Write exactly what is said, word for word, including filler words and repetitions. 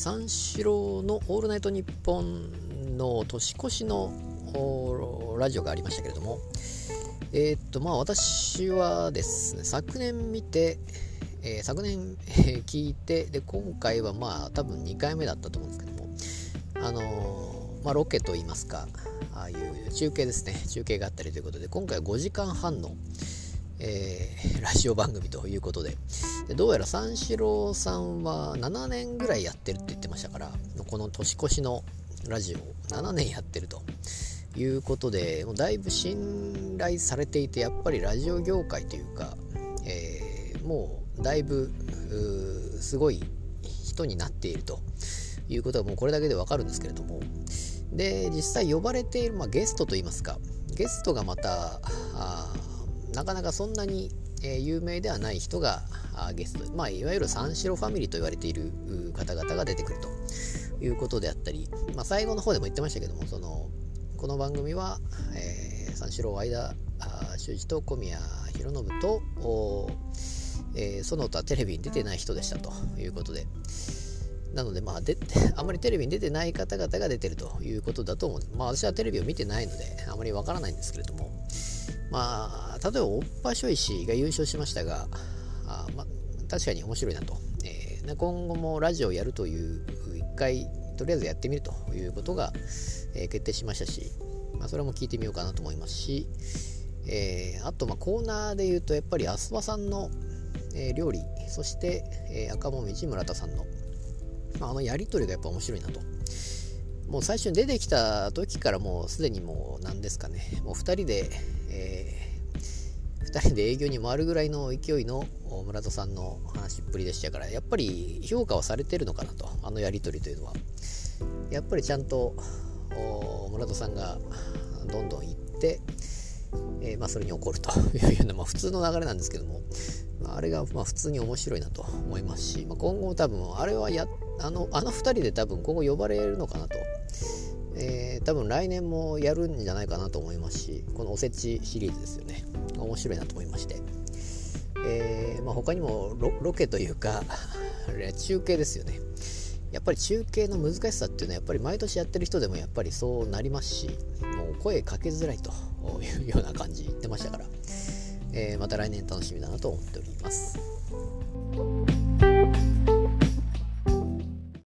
三四郎のオールナイトニッポンの年越しのラジオがありましたけれども、えー、っとまあ私はですね、昨年見て、えー、昨年、えー、聞いて、で今回はまあ多分にかいめだったと思うんですけども、あのー、まあロケといいますか、ああいう中継ですね、中継があったりということで、今回はごじかんはんのえー、ラジオ番組ということで、でどうやら三四郎さんはななねんぐらいやってるって言ってましたから、この年越しのラジオななねんやってるということで、もうだいぶ信頼されていて、やっぱりラジオ業界というか、えー、もうだいぶすごい人になっているということはもうこれだけでわかるんですけれども、で実際呼ばれている、まあ、ゲストといいますか、ゲストがまたあなかなかそんなに、えー、有名ではない人がゲスト、まあ、いわゆる三四郎ファミリーと言われている方々が出てくるということであったり、まあ、最後の方でも言ってましたけども、そのこの番組は、えー、三四郎相田修二と小宮浩信と、えー、その他テレビに出てない人でしたということで、なので、まあ、であまりテレビに出てない方々が出てるということだと思うんです。まあ、私はテレビを見てないのであまりわからないんですけれども、まあ、例えばおっぱしょい氏が優勝しましたが、あ、まあ、確かに面白いなと、えー、今後もラジオをやるという一回とりあえずやってみるということが、えー、決定しましたし、まあ、それも聞いてみようかなと思いますし、えー、あとまあコーナーでいうとやっぱりあすばさんの、えー、料理、そして、えー、赤もみじ村田さんの、まあ、あのやり取りがやっぱ面白いなと。もう最初に出てきた時からもうすでにもう何ですかね、もうふたりで、えー、ふたりで営業に回るぐらいの勢いの村田さんの話っぷりでしたから、やっぱり評価はされてるのかなと、あのやり取りというのは。やっぱりちゃんと村田さんがどんどん行って、えーまあ、それに怒るというような、まあ、普通の流れなんですけども、あれがまあ普通に面白いなと思いますし、まあ、今後多分あれはやあのあのふたりで多分今後呼ばれるのかなと、えー、多分来年もやるんじゃないかなと思いますし、このおせちシリーズですよね、面白いなと思いまして、えーまあ、他にも ロ, ロケというか中継ですよね。やっぱり中継の難しさっていうのはやっぱり毎年やってる人でもやっぱりそうなりますし、もう声かけづらいというような感じ言ってましたから、えー、また来年楽しみだなと思っております。